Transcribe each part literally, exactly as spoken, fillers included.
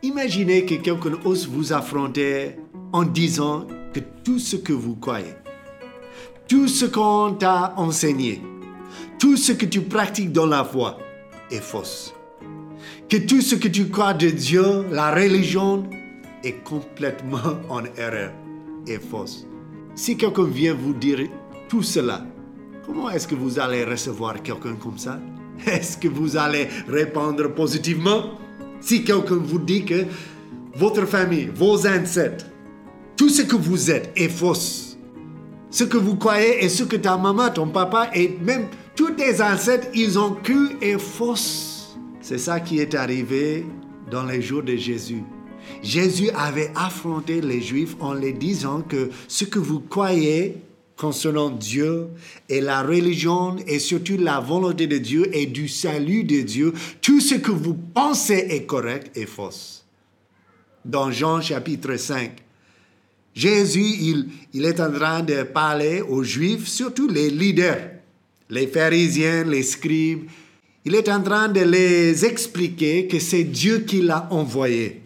Imaginez que quelqu'un ose vous affronter en disant que tout ce que vous croyez, tout ce qu'on t'a enseigné, tout ce que tu pratiques dans la foi est fausse. Que tout ce que tu crois de Dieu, la religion, est complètement en erreur et fausse. Si quelqu'un vient vous dire tout cela, comment est-ce que vous allez recevoir quelqu'un comme ça? Est-ce que vous allez répondre positivement? Si quelqu'un vous dit que votre famille, vos ancêtres, tout ce que vous êtes est fausse. Ce que vous croyez et ce que ta maman, ton papa et même tous tes ancêtres, ils ont cru est fausse. C'est ça qui est arrivé dans les jours de Jésus. Jésus avait affronté les Juifs en leur disant que ce que vous croyez concernant Dieu et la religion et surtout la volonté de Dieu et du salut de Dieu, tout ce que vous pensez est correct est fausse. Dans Jean chapitre cinq, Jésus, il, il est en train de parler aux Juifs, surtout les leaders, les pharisiens, les scribes. Il est en train de les expliquer que c'est Dieu qui l'a envoyé.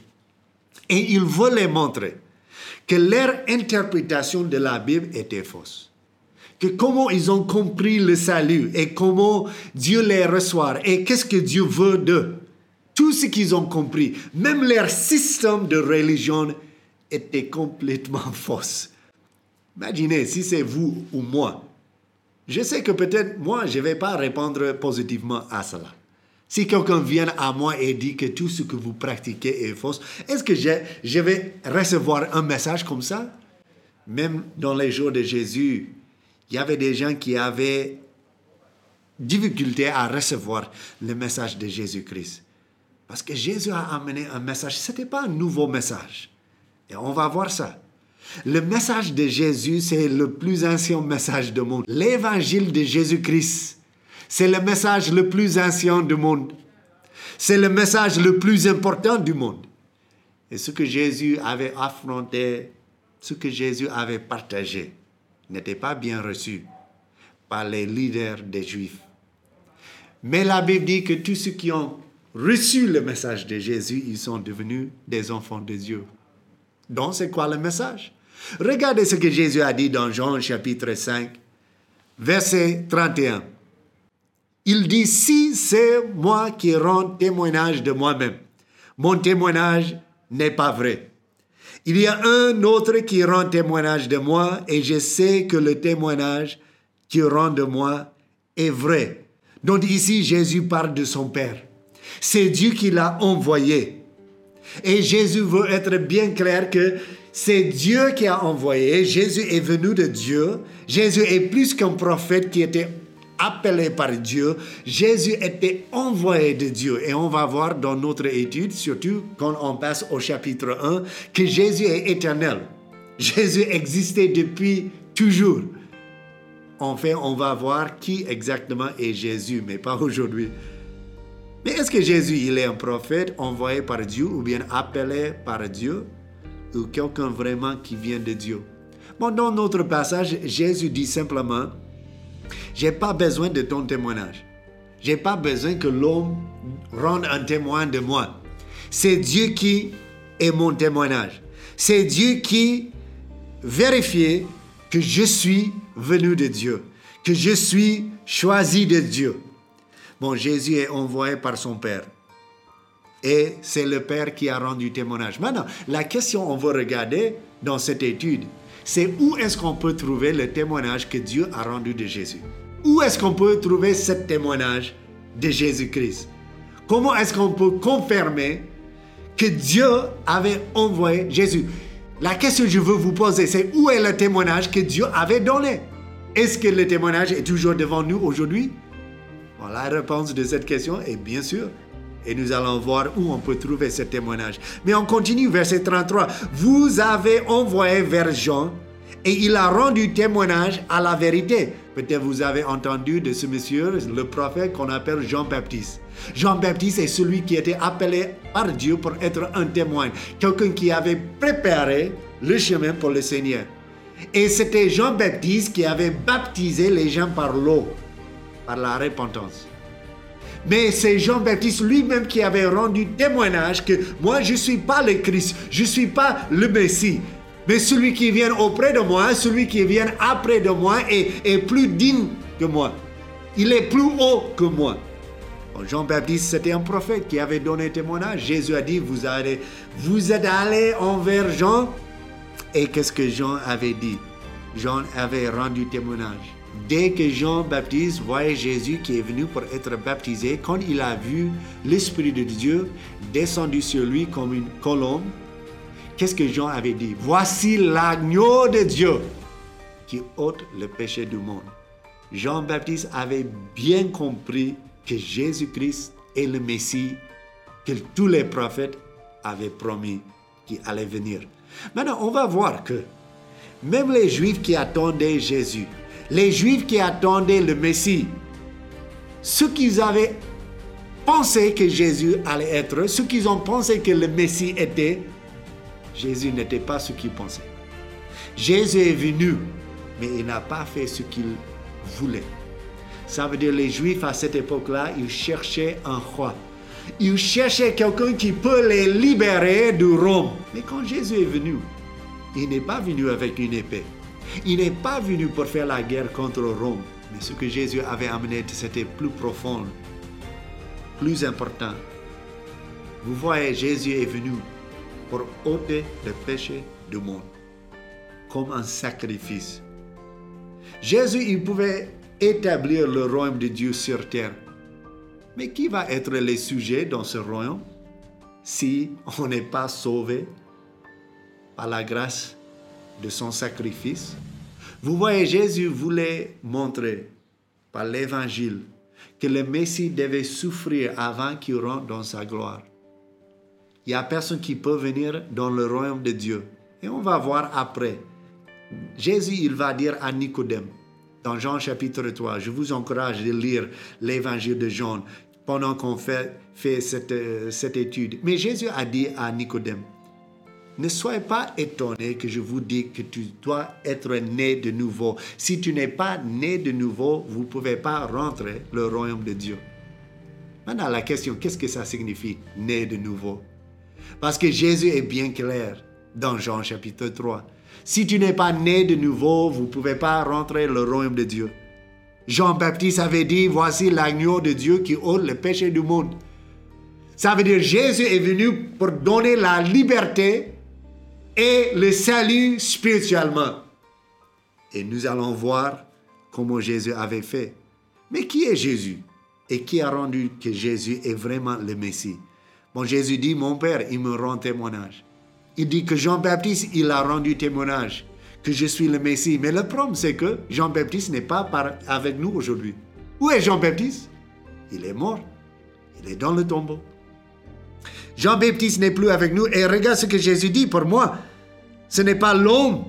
Et il veut les montrer que leur interprétation de la Bible était fausse. Que comment ils ont compris le salut et comment Dieu les reçoit et qu'est-ce que Dieu veut d'eux. Tout ce qu'ils ont compris, même leur système de religion était complètement fausse. Imaginez si c'est vous ou moi. Je sais que peut-être moi, je ne vais pas répondre positivement à cela. Si quelqu'un vient à moi et dit que tout ce que vous pratiquez est faux, est-ce que je, je vais recevoir un message comme ça? Même dans les jours de Jésus, il y avait des gens qui avaient difficulté à recevoir le message de Jésus-Christ. Parce que Jésus a amené un message, ce n'était pas un nouveau message. Et on va voir ça. Le message de Jésus, c'est le plus ancien message du monde. L'évangile de Jésus-Christ, c'est le message le plus ancien du monde. C'est le message le plus important du monde. Et ce que Jésus avait affronté, ce que Jésus avait partagé, n'était pas bien reçu par les leaders des Juifs. Mais la Bible dit que tous ceux qui ont reçu le message de Jésus, ils sont devenus des enfants de Dieu. Donc, c'est quoi le message? Regardez ce que Jésus a dit dans Jean chapitre cinq, verset trente et un. Il dit, si c'est moi qui rends témoignage de moi-même, mon témoignage n'est pas vrai. Il y a un autre qui rend témoignage de moi et je sais que le témoignage qu'il rend de moi est vrai. Donc ici, Jésus parle de son Père. C'est Dieu qui l'a envoyé. Et Jésus veut être bien clair que c'est Dieu qui a envoyé. Jésus est venu de Dieu. Jésus est plus qu'un prophète qui était appelé par Dieu. Jésus était envoyé de Dieu. Et on va voir dans notre étude, surtout quand on passe au chapitre un, que Jésus est éternel. Jésus existait depuis toujours. En fait, on va voir qui exactement est Jésus, mais pas aujourd'hui. Mais est-ce que Jésus, il est un prophète envoyé par Dieu ou bien appelé par Dieu ou quelqu'un vraiment qui vient de Dieu? Bon, dans notre passage, Jésus dit simplement, je n'ai pas besoin de ton témoignage. Je n'ai pas besoin que l'homme rende un témoin de moi. C'est Dieu qui est mon témoignage. C'est Dieu qui vérifie que je suis venu de Dieu, que je suis choisi de Dieu. Bon, Jésus est envoyé par son Père. Et c'est le Père qui a rendu témoignage. Maintenant, la question qu'on veut regarder dans cette étude, c'est où est-ce qu'on peut trouver le témoignage que Dieu a rendu de Jésus? Où est-ce qu'on peut trouver ce témoignage de Jésus-Christ? Comment est-ce qu'on peut confirmer que Dieu avait envoyé Jésus? La question que je veux vous poser, c'est où est le témoignage que Dieu avait donné? Est-ce que le témoignage est toujours devant nous aujourd'hui? Bon, la réponse de cette question est bien sûr. Et nous allons voir où on peut trouver ce témoignage. Mais on continue, verset trente-trois. Vous avez envoyé vers Jean et il a rendu témoignage à la vérité. Peut-être vous avez entendu de ce monsieur, le prophète qu'on appelle Jean-Baptiste. Jean-Baptiste est celui qui était appelé par Dieu pour être un témoin. Quelqu'un qui avait préparé le chemin pour le Seigneur. Et c'était Jean-Baptiste qui avait baptisé les gens par l'eau, par la repentance. Mais c'est Jean-Baptiste lui-même qui avait rendu témoignage que moi, je ne suis pas le Christ, je ne suis pas le Messie. Mais celui qui vient auprès de moi, celui qui vient après de moi est, est plus digne que moi. Il est plus haut que moi. Bon, Jean-Baptiste, c'était un prophète qui avait donné témoignage. Jésus a dit, vous, allez, vous êtes allés envers Jean. Et qu'est-ce que Jean avait dit? Jean avait rendu témoignage. Dès que Jean-Baptiste voyait Jésus qui est venu pour être baptisé, quand il a vu l'Esprit de Dieu descendu sur lui comme une colombe, qu'est-ce que Jean avait dit? Voici l'agneau de Dieu qui ôte le péché du monde. Jean-Baptiste avait bien compris que Jésus-Christ est le Messie que tous les prophètes avaient promis qu'il allait venir. Maintenant, on va voir que même les Juifs qui attendaient Jésus, les Juifs qui attendaient le Messie, ceux qu'ils avaient pensé que Jésus allait être, ceux qui ont pensé que le Messie était, Jésus n'était pas ce qu'ils pensaient. Jésus est venu, mais il n'a pas fait ce qu'il voulait. Ça veut dire les Juifs à cette époque-là, ils cherchaient un roi. Ils cherchaient quelqu'un qui peut les libérer de Rome. Mais quand Jésus est venu, il n'est pas venu avec une épée. Il n'est pas venu pour faire la guerre contre Rome. Mais ce que Jésus avait amené, c'était plus profond, plus important. Vous voyez, Jésus est venu pour ôter le péché du monde, comme un sacrifice. Jésus, il pouvait établir le royaume de Dieu sur terre. Mais qui va être les sujets dans ce royaume si on n'est pas sauvé par la grâce de son sacrifice? Vous voyez, Jésus voulait montrer par l'évangile que le Messie devait souffrir avant qu'il rentre dans sa gloire. Il n'y a personne qui peut venir dans le royaume de Dieu. Et on va voir après. Jésus, il va dire à Nicodème, dans Jean chapitre trois, je vous encourage de lire l'évangile de Jean pendant qu'on fait, fait cette, cette étude. Mais Jésus a dit à Nicodème, ne soyez pas étonnés que je vous dis que tu dois être né de nouveau. Si tu n'es pas né de nouveau, vous ne pouvez pas rentrer dans le royaume de Dieu. Maintenant, la question, qu'est-ce que ça signifie, né de nouveau? Parce que Jésus est bien clair dans Jean chapitre trois. Si tu n'es pas né de nouveau, vous ne pouvez pas rentrer dans le royaume de Dieu. Jean-Baptiste avait dit, voici l'agneau de Dieu qui ôte le péché du monde. Ça veut dire Jésus est venu pour donner la liberté et le salut spirituellement. Et nous allons voir comment Jésus avait fait. Mais qui est Jésus? Et qui a rendu que Jésus est vraiment le Messie? Bon, Jésus dit, mon Père, il me rend témoignage. Il dit que Jean-Baptiste, il a rendu témoignage que je suis le Messie. Mais le problème, c'est que Jean-Baptiste n'est pas par, avec nous aujourd'hui. Où est Jean-Baptiste? Il est mort. Il est dans le tombeau. Jean-Baptiste n'est plus avec nous. Et regarde ce que Jésus dit pour moi. Ce n'est pas l'homme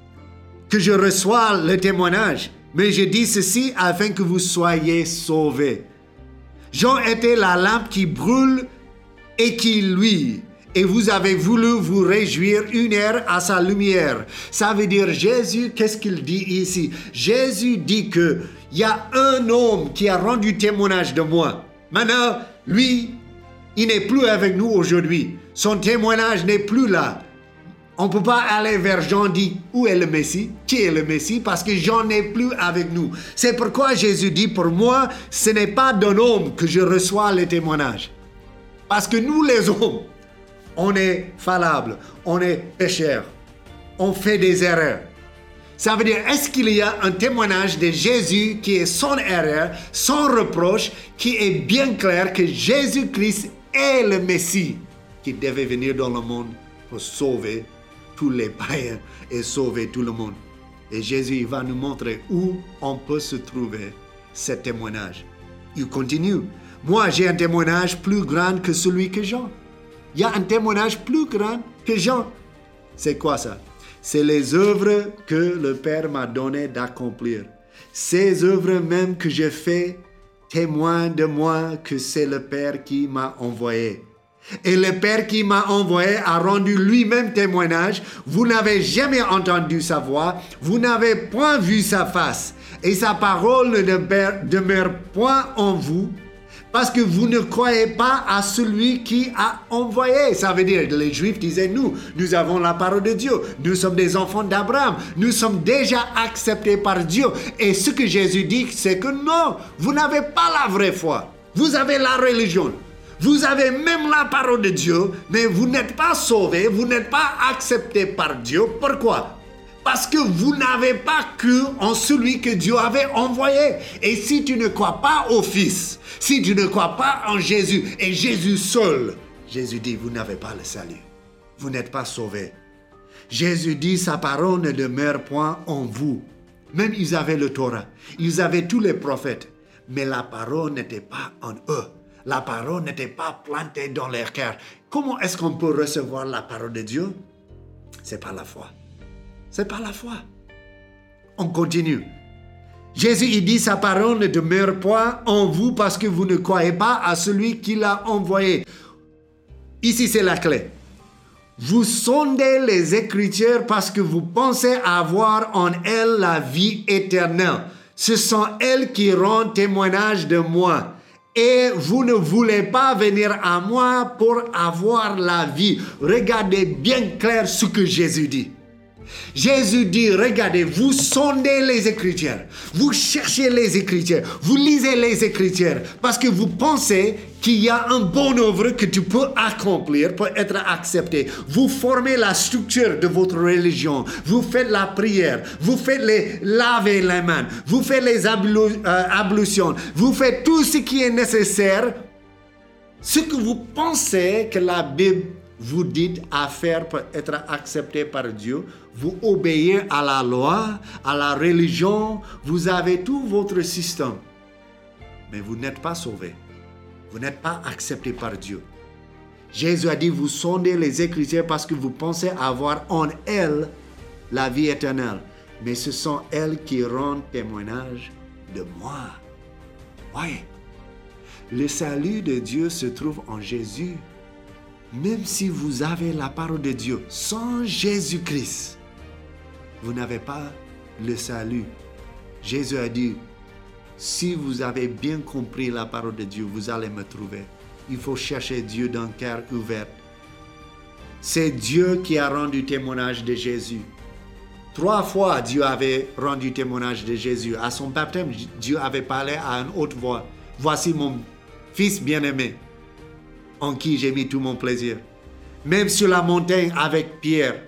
que je reçois le témoignage, mais je dis ceci afin que vous soyez sauvés. Jean était la lampe qui brûle et qui luit. Et vous avez voulu vous réjouir une heure à sa lumière. Ça veut dire Jésus, qu'est-ce qu'il dit ici? Jésus dit que il y a un homme qui a rendu témoignage de moi. Maintenant, lui, il n'est plus avec nous aujourd'hui. Son témoignage n'est plus là. On ne peut pas aller vers Jean et dire où est le Messie? Qui est le Messie? Parce que Jean n'est plus avec nous. C'est pourquoi Jésus dit, pour moi, ce n'est pas d'un homme que je reçois le témoignage. Parce que nous les hommes, on est fallables, on est pécheurs, on fait des erreurs. Ça veut dire, est-ce qu'il y a un témoignage de Jésus qui est sans erreur, sans reproche, qui est bien clair que Jésus-Christ est le Messie qui devait venir dans le monde pour sauver tous les païens et sauver tout le monde. Et Jésus va nous montrer où on peut se trouver ce témoignage. Il continue. Moi, j'ai un témoignage plus grand que celui que Jean. Il y a un témoignage plus grand que Jean. C'est quoi ça? C'est les œuvres que le Père m'a donné d'accomplir. Ces œuvres même que j'ai faites témoignent de moi que c'est le Père qui m'a envoyé. Et le Père qui m'a envoyé a rendu lui-même témoignage. Vous n'avez jamais entendu sa voix, vous n'avez point vu sa face. Et sa parole ne demeure point en vous, Parce que vous ne croyez pas à celui qui a envoyé. Ça veut dire que les Juifs disaient, nous, nous avons la parole de Dieu. Nous sommes des enfants d'Abraham. Nous sommes déjà acceptés par Dieu. Et ce que Jésus dit, c'est que non, vous n'avez pas la vraie foi. Vous avez la religion. Vous avez même la parole de Dieu, mais vous n'êtes pas sauvés, vous n'êtes pas acceptés par Dieu. Pourquoi? Parce que vous n'avez pas cru en celui que Dieu avait envoyé. Et si tu ne crois pas au Fils, si tu ne crois pas en Jésus, et Jésus seul, Jésus dit, vous n'avez pas le salut. Vous n'êtes pas sauvés. Jésus dit, sa parole ne demeure point en vous. Même ils avaient le Torah, ils avaient tous les prophètes, mais la parole n'était pas en eux. La parole n'était pas plantée dans leur cœur. Comment est-ce qu'on peut recevoir la parole de Dieu? C'est par la foi. C'est par la foi. On continue. Jésus, il dit, sa parole ne demeure point en vous parce que vous ne croyez pas à celui qui l'a envoyé. Ici, c'est la clé. Vous sondez les Écritures parce que vous pensez avoir en elles la vie éternelle. Ce sont elles qui rendent témoignage de moi. Et vous ne voulez pas venir à moi pour avoir la vie. Regardez bien clair ce que Jésus dit. Jésus dit, regardez, vous sondez les Écritures, vous cherchez les Écritures, vous lisez les Écritures, parce que vous pensez qu'il y a un bon œuvre que tu peux accomplir pour être accepté. Vous formez la structure de votre religion, vous faites la prière, vous faites les laver les mains, vous faites les ablu, euh, ablutions, vous faites tout ce qui est nécessaire, ce que vous pensez que la Bible vous dites à faire pour être accepté par Dieu, vous obéissez à la loi, à la religion, vous avez tout votre système. Mais vous n'êtes pas sauvés. Vous n'êtes pas accepté par Dieu. Jésus a dit, vous sondez les Écritures parce que vous pensez avoir en elles la vie éternelle. Mais ce sont elles qui rendent témoignage de moi. Oui. Le salut de Dieu se trouve en Jésus. Même si vous avez la parole de Dieu, sans Jésus-Christ, vous n'avez pas le salut. Jésus a dit, si vous avez bien compris la parole de Dieu, vous allez me trouver. Il faut chercher Dieu d'un cœur ouvert. C'est Dieu qui a rendu témoignage de Jésus. Trois fois, Dieu avait rendu témoignage de Jésus. À son baptême, Dieu avait parlé à une haute voix. Voici mon fils bien-aimé, en qui j'ai mis tout mon plaisir. Même sur la montagne avec Pierre,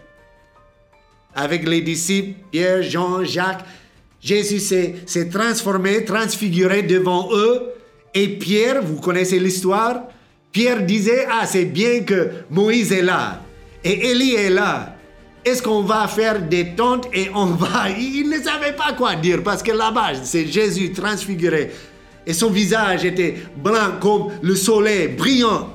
avec les disciples, Pierre, Jean, Jacques, Jésus s'est, s'est transformé, transfiguré devant eux. Et Pierre, vous connaissez l'histoire, Pierre disait, ah, c'est bien que Moïse est là, et Élie est là. Est-ce qu'on va faire des tentes et on va... Il ne savait pas quoi dire, parce que là-bas, c'est Jésus transfiguré. Et son visage était blanc comme le soleil, brillant.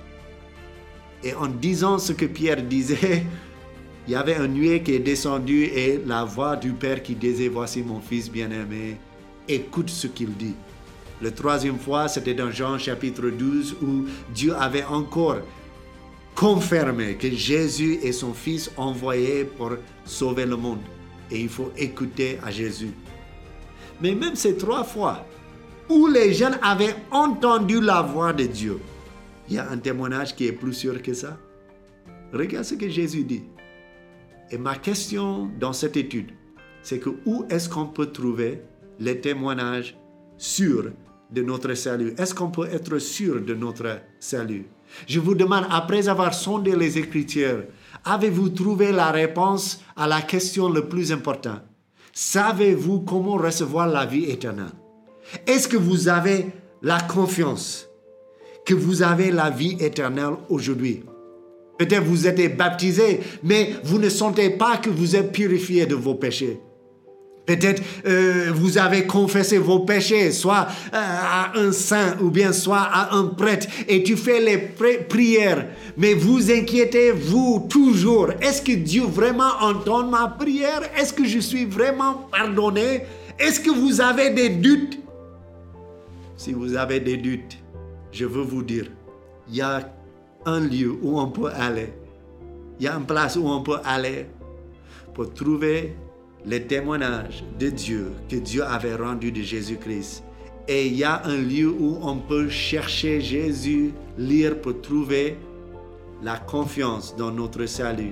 Et en disant ce que Pierre disait, il y avait un nuée qui est descendu et la voix du Père qui disait, voici mon fils bien-aimé, écoute ce qu'il dit. La troisième fois, c'était dans Jean chapitre douze où Dieu avait encore confirmé que Jésus est son fils envoyé pour sauver le monde. Et il faut écouter à Jésus. Mais même ces trois fois où les jeunes avaient entendu la voix de Dieu, il y a un témoignage qui est plus sûr que ça. Regarde ce que Jésus dit. Et ma question dans cette étude, c'est que où est-ce qu'on peut trouver les témoignages sûrs de notre salut? Est-ce qu'on peut être sûr de notre salut? Je vous demande, après avoir sondé les Écritures, avez-vous trouvé la réponse à la question la plus importante? Savez-vous comment recevoir la vie éternelle? Est-ce que vous avez la confiance que vous avez la vie éternelle aujourd'hui? Peut-être vous êtes baptisé, mais vous ne sentez pas que vous êtes purifié de vos péchés. Peut-être euh, vous avez confessé vos péchés, soit euh, à un saint ou bien soit à un prêtre, et tu fais les prières, mais vous inquiétez-vous toujours. Est-ce que Dieu vraiment entend ma prière? Est-ce que je suis vraiment pardonné? Est-ce que vous avez des doutes? Si vous avez des doutes, je veux vous dire, il y a un lieu où on peut aller. Il y a une place où on peut aller pour trouver les témoignages de Dieu que Dieu avait rendu de Jésus-Christ. Et il y a un lieu où on peut chercher Jésus, lire pour trouver la confiance dans notre salut.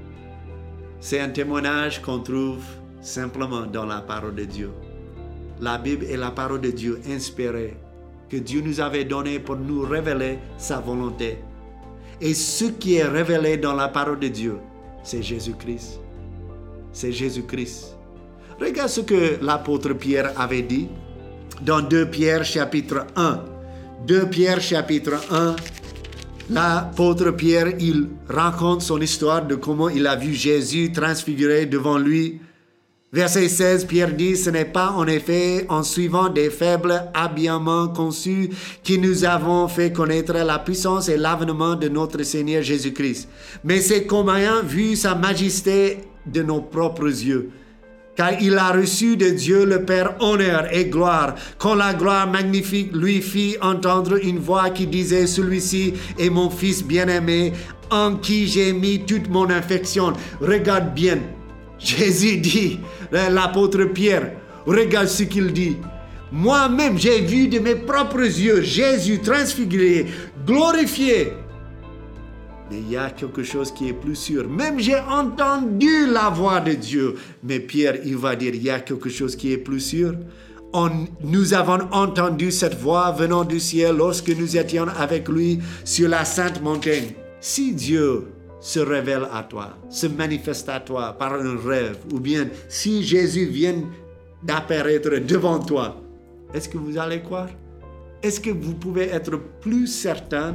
C'est un témoignage qu'on trouve simplement dans la parole de Dieu. La Bible est la parole de Dieu inspirée que Dieu nous avait donnée pour nous révéler sa volonté. Et ce qui est révélé dans la parole de Dieu, c'est Jésus-Christ. C'est Jésus-Christ. Regarde ce que l'apôtre Pierre avait dit dans deux Pierre chapitre un. deux Pierre chapitre un, l'apôtre Pierre, il raconte son histoire de comment il a vu Jésus transfiguré devant lui. Verset seize, Pierre dit, « Ce n'est pas en effet en suivant des faibles habillements conçus que nous avons fait connaître la puissance et l'avènement de notre Seigneur Jésus-Christ, mais c'est comme ayant vu sa majesté de nos propres yeux. Car il a reçu de Dieu le Père honneur et gloire, quand la gloire magnifique lui fit entendre une voix qui disait, « Celui-ci est mon Fils bien-aimé, en qui j'ai mis toute mon affection. » Regarde bien. Jésus dit, l'apôtre Pierre, regarde ce qu'il dit. Moi-même, j'ai vu de mes propres yeux Jésus transfiguré, glorifié. Mais il y a quelque chose qui est plus sûr. Même j'ai entendu la voix de Dieu. Mais Pierre, il va dire, il y a quelque chose qui est plus sûr. On, nous avons entendu cette voix venant du ciel lorsque nous étions avec lui sur la sainte montagne. Si Dieu se révèle à toi, se manifeste à toi par un rêve, ou bien si Jésus vient d'apparaître devant toi, est-ce que vous allez croire? Est-ce que vous pouvez être plus certain,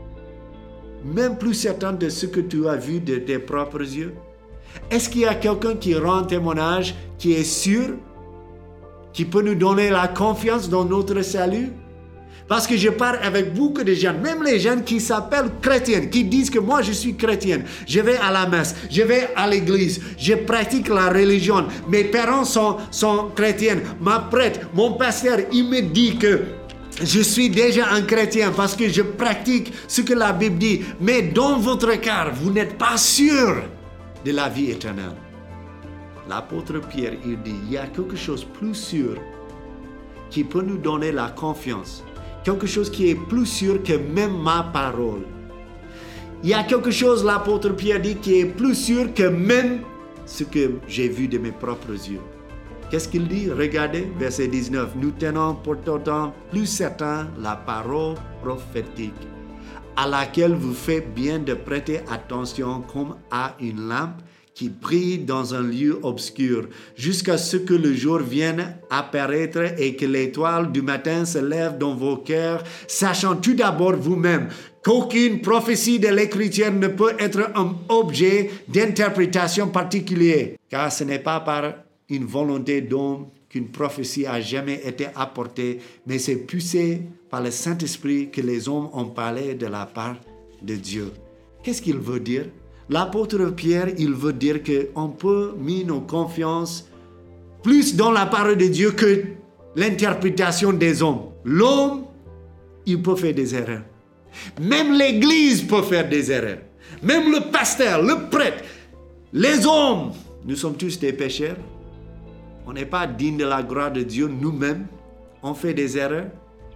même plus certain de ce que tu as vu de tes propres yeux? Est-ce qu'il y a quelqu'un qui rend témoignage, qui est sûr, qui peut nous donner la confiance dans notre salut? Parce que je parle avec beaucoup de gens, même les gens qui s'appellent chrétiens, qui disent que moi je suis chrétien, je vais à la messe, je vais à l'église, je pratique la religion, mes parents sont, sont chrétiens, ma prêtre, mon pasteur, il me dit que je suis déjà un chrétien parce que je pratique ce que la Bible dit, mais dans votre cœur, vous n'êtes pas sûr de la vie éternelle. L'apôtre Pierre, il dit, il y a quelque chose de plus sûr qui peut nous donner la confiance. Quelque chose qui est plus sûr que même ma parole. Il y a quelque chose, l'apôtre Pierre dit, qui est plus sûr que même ce que j'ai vu de mes propres yeux. Qu'est-ce qu'il dit? Regardez, verset dix-neuf. Nous tenons pourtant plus certain la parole prophétique, à laquelle vous faites bien de prêter attention comme à une lampe qui brille dans un lieu obscur, jusqu'à ce que le jour vienne apparaître et que l'étoile du matin se lève dans vos cœurs, sachant tout d'abord vous-même qu'aucune prophétie de l'Écriture ne peut être un objet d'interprétation particulière, car ce n'est pas par une volonté d'homme qu'une prophétie a jamais été apportée, mais c'est poussé par le Saint-Esprit que les hommes ont parlé de la part de Dieu. Qu'est-ce qu'il veut dire? L'apôtre Pierre, il veut dire qu'on peut mettre nos confiances plus dans la parole de Dieu que l'interprétation des hommes. L'homme, il peut faire des erreurs. Même l'Église peut faire des erreurs. Même le pasteur, le prêtre, les hommes, nous sommes tous des pécheurs. On n'est pas dignes de la gloire de Dieu nous-mêmes. On fait des erreurs.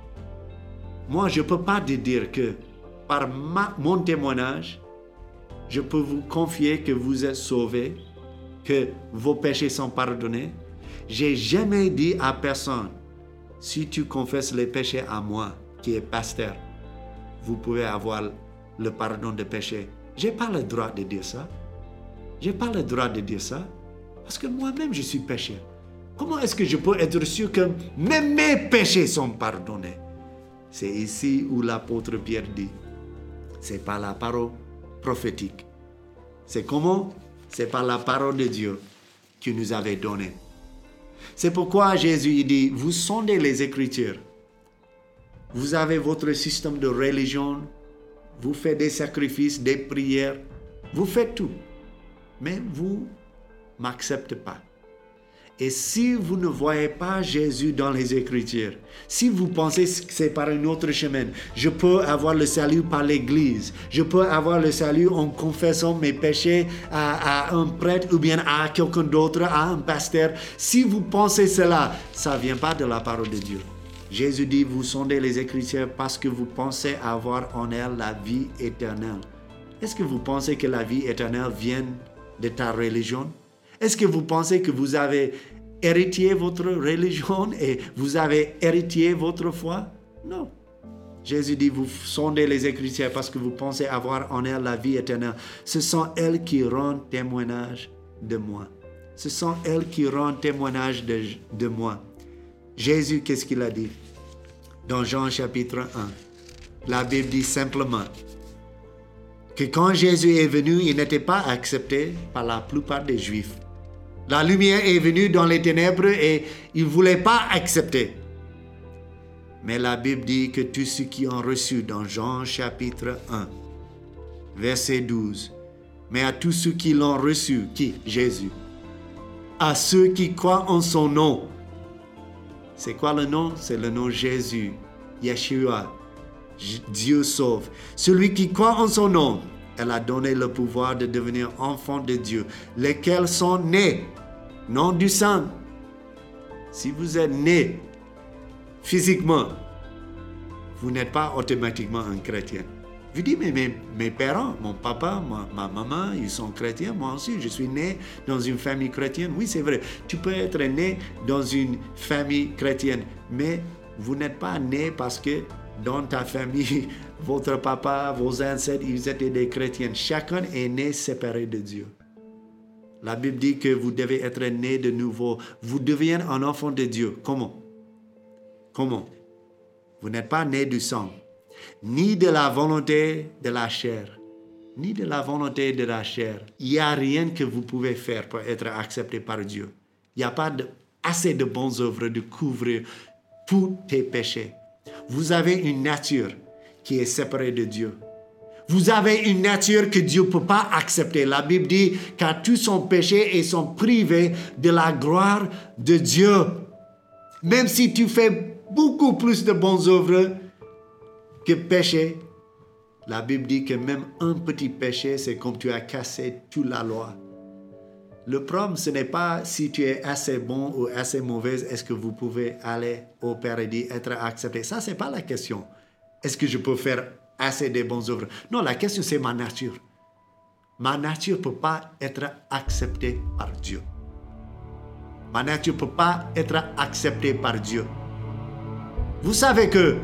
Moi, je ne peux pas te dire que par ma, mon témoignage, je peux vous confier que vous êtes sauvés, que vos péchés sont pardonnés. J'ai jamais dit à personne, si tu confesses les péchés à moi, qui est pasteur, vous pouvez avoir le pardon des péchés. Je n'ai pas le droit de dire ça. Je n'ai pas le droit de dire ça, parce que moi-même je suis pécheur. Comment est-ce que je peux être sûr que même mes péchés sont pardonnés? C'est ici où l'apôtre Pierre dit, c'est par la parole prophétique. C'est comment? C'est par la parole de Dieu qu'il nous avait donné. C'est pourquoi Jésus dit, vous sondez les Écritures. Vous avez votre système de religion, vous faites des sacrifices, des prières, vous faites tout. Mais vous ne m'acceptez pas. Et si vous ne voyez pas Jésus dans les Écritures, si vous pensez que c'est par un autre chemin, je peux avoir le salut par l'Église, je peux avoir le salut en confessant mes péchés à, à un prêtre ou bien à quelqu'un d'autre, à un pasteur. Si vous pensez cela, ça ne vient pas de la parole de Dieu. Jésus dit, vous sondez les Écritures parce que vous pensez avoir en elles la vie éternelle. Est-ce que vous pensez que la vie éternelle vient de ta religion? Est-ce que vous pensez que vous avez hérité votre religion et vous avez hérité votre foi? Non. Jésus dit, vous sondez les Écritures parce que vous pensez avoir en elles la vie éternelle. Ce sont elles qui rendent témoignage de moi. Ce sont elles qui rendent témoignage de, de moi. Jésus, qu'est-ce qu'il a dit? Dans Jean chapitre un, la Bible dit simplement que quand Jésus est venu, il n'était pas accepté par la plupart des Juifs. La lumière est venue dans les ténèbres et ils ne voulaient pas accepter. Mais la Bible dit que tous ceux qui ont reçu dans Jean chapitre un, verset douze, mais à tous ceux qui l'ont reçu, qui? Jésus. À ceux qui croient en son nom. C'est quoi le nom? C'est le nom Jésus, Yeshua, Dieu sauve. Celui qui croit en son nom, elle a donné le pouvoir de devenir enfants de Dieu, lesquels sont nés, non du sang. Si vous êtes né physiquement, vous n'êtes pas automatiquement un chrétien. Vous dites, mais mes, mes parents, mon papa, ma, ma maman, ils sont chrétiens. Moi aussi, je suis né dans une famille chrétienne. Oui, c'est vrai. Tu peux être né dans une famille chrétienne, mais vous n'êtes pas né parce que dans ta famille, votre papa, vos ancêtres, ils étaient des chrétiens. Chacun est né séparé de Dieu. La Bible dit que vous devez être né de nouveau. Vous devenez un enfant de Dieu. Comment? Comment? Vous n'êtes pas né du sang, ni de la volonté de la chair, ni de la volonté de la chair. Il n'y a rien que vous pouvez faire pour être accepté par Dieu. Il n'y a pas de, assez de bonnes œuvres de couvrir tous tes péchés. Vous avez une nature qui est séparée de Dieu. Vous avez une nature que Dieu ne peut pas accepter. La Bible dit qu'à tous sont péchés et sont privés de la gloire de Dieu. Même si tu fais beaucoup plus de bonnes œuvres que péché, la Bible dit que même un petit péché, c'est comme tu as cassé toute la loi. Le problème, ce n'est pas si tu es assez bon ou assez mauvais, est-ce que vous pouvez aller au paradis, être accepté. Ça, ce n'est pas la question. Est-ce que je peux faire assez de bonnes œuvres? Non, la question, c'est ma nature. Ma nature ne peut pas être acceptée par Dieu. Ma nature ne peut pas être acceptée par Dieu. Vous savez que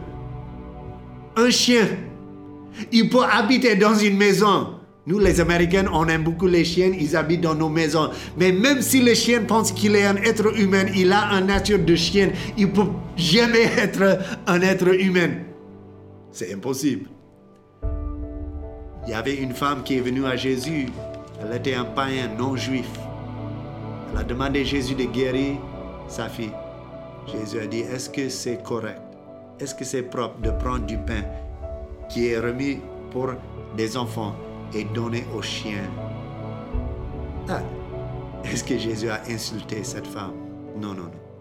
un chien, il peut habiter dans une maison. Nous, les Américains, on aime beaucoup les chiens, ils habitent dans nos maisons. Mais même si le chien pense qu'il est un être humain, il a une nature de chien, il ne peut jamais être un être humain. C'est impossible. Il y avait une femme qui est venue à Jésus. Elle était un païen non-juif. Elle a demandé à Jésus de guérir sa fille. Jésus a dit, est-ce que c'est correct? Est-ce que c'est propre de prendre du pain qui est remis pour des enfants et donné aux chiens? Ah, est-ce que Jésus a insulté cette femme? Non, non, non.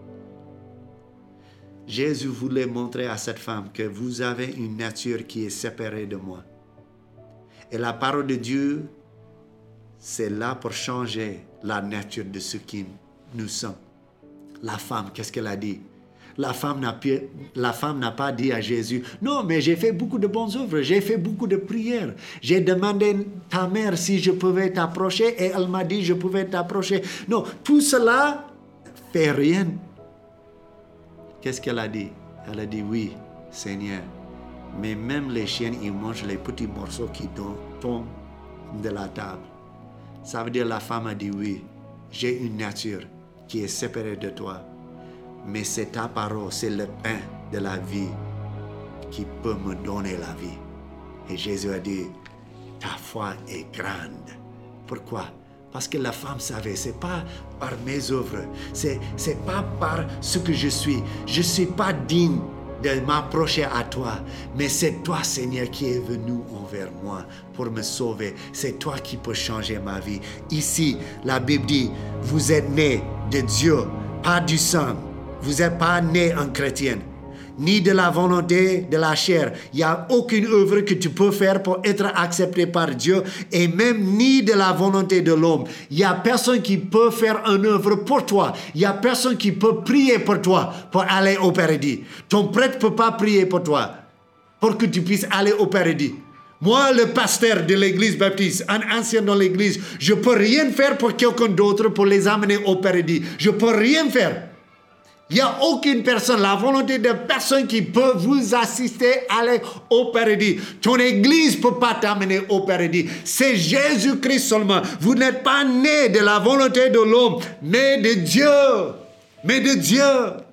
Jésus voulait montrer à cette femme que vous avez une nature qui est séparée de moi. Et la parole de Dieu, c'est là pour changer la nature de ce qui nous sommes. La femme, qu'est-ce qu'elle a dit? La femme n'a, la femme n'a pas dit à Jésus, non, mais j'ai fait beaucoup de bonnes œuvres, j'ai fait beaucoup de prières. J'ai demandé à ta mère si je pouvais t'approcher et elle m'a dit je pouvais t'approcher. Non, tout cela ne fait rien. Qu'est-ce qu'elle a dit? Elle a dit, oui, Seigneur, mais même les chiens, ils mangent les petits morceaux qui tombent de la table. Ça veut dire la femme a dit, oui, j'ai une nature qui est séparée de toi. Mais c'est ta parole, c'est le pain de la vie qui peut me donner la vie. Et Jésus a dit, ta foi est grande. Pourquoi? Parce que la femme savait, ce n'est pas par mes œuvres, ce n'est pas par ce que je suis. Je ne suis pas digne de m'approcher à toi, mais c'est toi, Seigneur, qui es venu envers moi pour me sauver. C'est toi qui peux changer ma vie. Ici, la Bible dit, vous êtes nés de Dieu, pas du sang. Vous n'êtes pas né un chrétien. ni de la volonté de la chair. Il n'y a aucune œuvre que tu peux faire pour être accepté par Dieu et même ni de la volonté de l'homme. Il n'y a personne qui peut faire une œuvre pour toi. Il n'y a personne qui peut prier pour toi pour aller au paradis. Ton prêtre ne peut pas prier pour toi pour que tu puisses aller au paradis. Moi, le pasteur de l'église baptiste, un ancien dans l'église, je ne peux rien faire pour quelqu'un d'autre pour les amener au paradis. Je ne peux rien faire. Il n'y a aucune personne, la volonté de personne qui peut vous assister à aller au paradis. Ton église ne peut pas t'amener au paradis. C'est Jésus-Christ seulement. Vous n'êtes pas né de la volonté de l'homme, mais de Dieu. Mais de Dieu.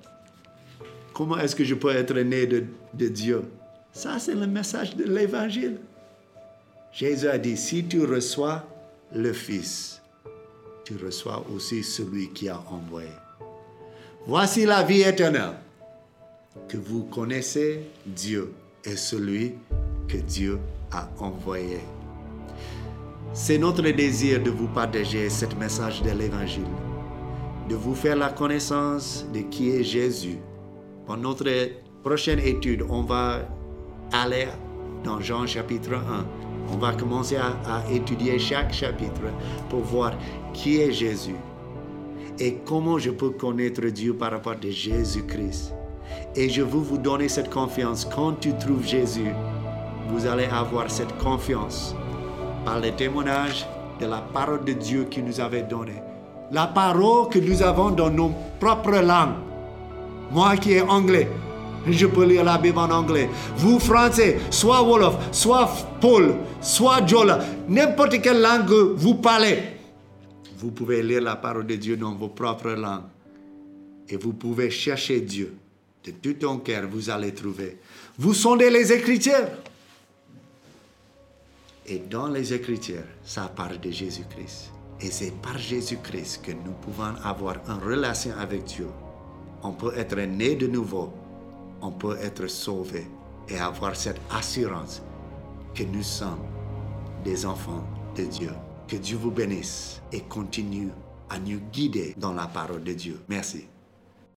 Comment est-ce que je peux être né de, de Dieu? Ça, c'est le message de l'évangile. Jésus a dit, si tu reçois le Fils, tu reçois aussi celui qui a envoyé. Voici la vie éternelle, que vous connaissez Dieu et celui que Dieu a envoyé. C'est notre désir de vous partager ce message de l'Évangile, de vous faire la connaissance de qui est Jésus. Pour notre prochaine étude, on va aller dans Jean chapitre un. On va commencer à, à étudier chaque chapitre pour voir qui est Jésus. Et comment je peux connaître Dieu par rapport à Jésus-Christ. Et je veux vous donner cette confiance. Quand tu trouves Jésus, vous allez avoir cette confiance par le témoignage de la parole de Dieu qu'il nous avait donnée. La parole que nous avons dans nos propres langues. Moi qui est anglais, je peux lire la Bible en anglais. Vous, français, soit Wolof, soit Paul, soit Jola, n'importe quelle langue vous parlez. Vous pouvez lire la parole de Dieu dans vos propres langues. Et vous pouvez chercher Dieu. De tout ton cœur, vous allez trouver. Vous sondez les Écritures. Et dans les Écritures, ça parle de Jésus-Christ. Et c'est par Jésus-Christ que nous pouvons avoir une relation avec Dieu. On peut être né de nouveau. On peut être sauvé. Et avoir cette assurance que nous sommes des enfants de Dieu. Que Dieu vous bénisse et continue à nous guider dans la parole de Dieu. Merci.